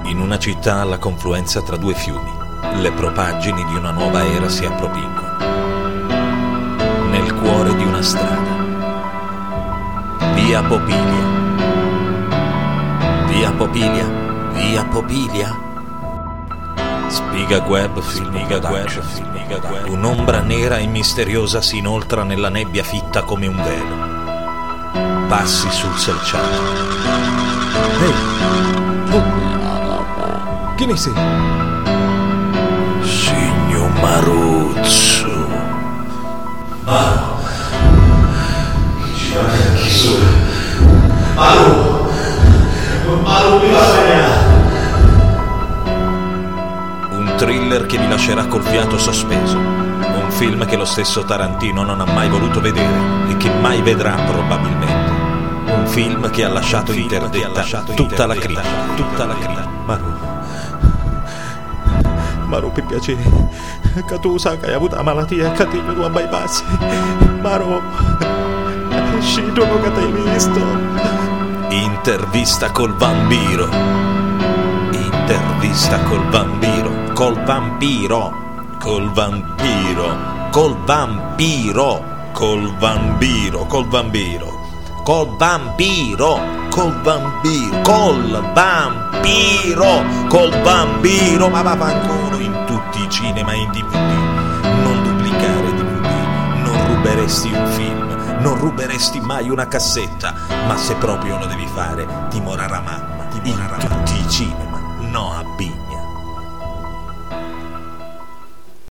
In una città alla confluenza tra due fiumi, le propaggini di una nuova era si appropinquano. Nel cuore di una strada. Via Popilia. Via Popilia. Via Popilia. Spiga Web Film Production. Un'ombra nera e misteriosa si inoltra nella nebbia fitta come un velo. Passi sul selciato. Ehi! Oh! Chi ne sei? Signor Maruzzo. Chi sono? Maru, mi va bene. Un thriller che vi lascerà col fiato sospeso. Un film che lo stesso Tarantino non ha mai voluto vedere e che mai vedrà probabilmente. Un film che ha lasciato interdetta tutta la critica. Maru, per piacere, che tu sai che hai avuto la malattia e che ti tu bypass. Maru, scidono che ti hai visto. Intervista col vampiro. Intervista col vampiro. Col vampiro. Col vampiro. Col vampiro. Col vampiro. Col vampiro. Col vampiro. Col vampiro. Col vampiro. Col vampiro. Ma vaffanculo, in tutti i cinema e in DVD. Non duplicare DVD. Non ruberesti un film. Non ruberesti mai una cassetta. Ma se proprio lo devi fare, ti morrà mamma. In tutti i cinema. No a B.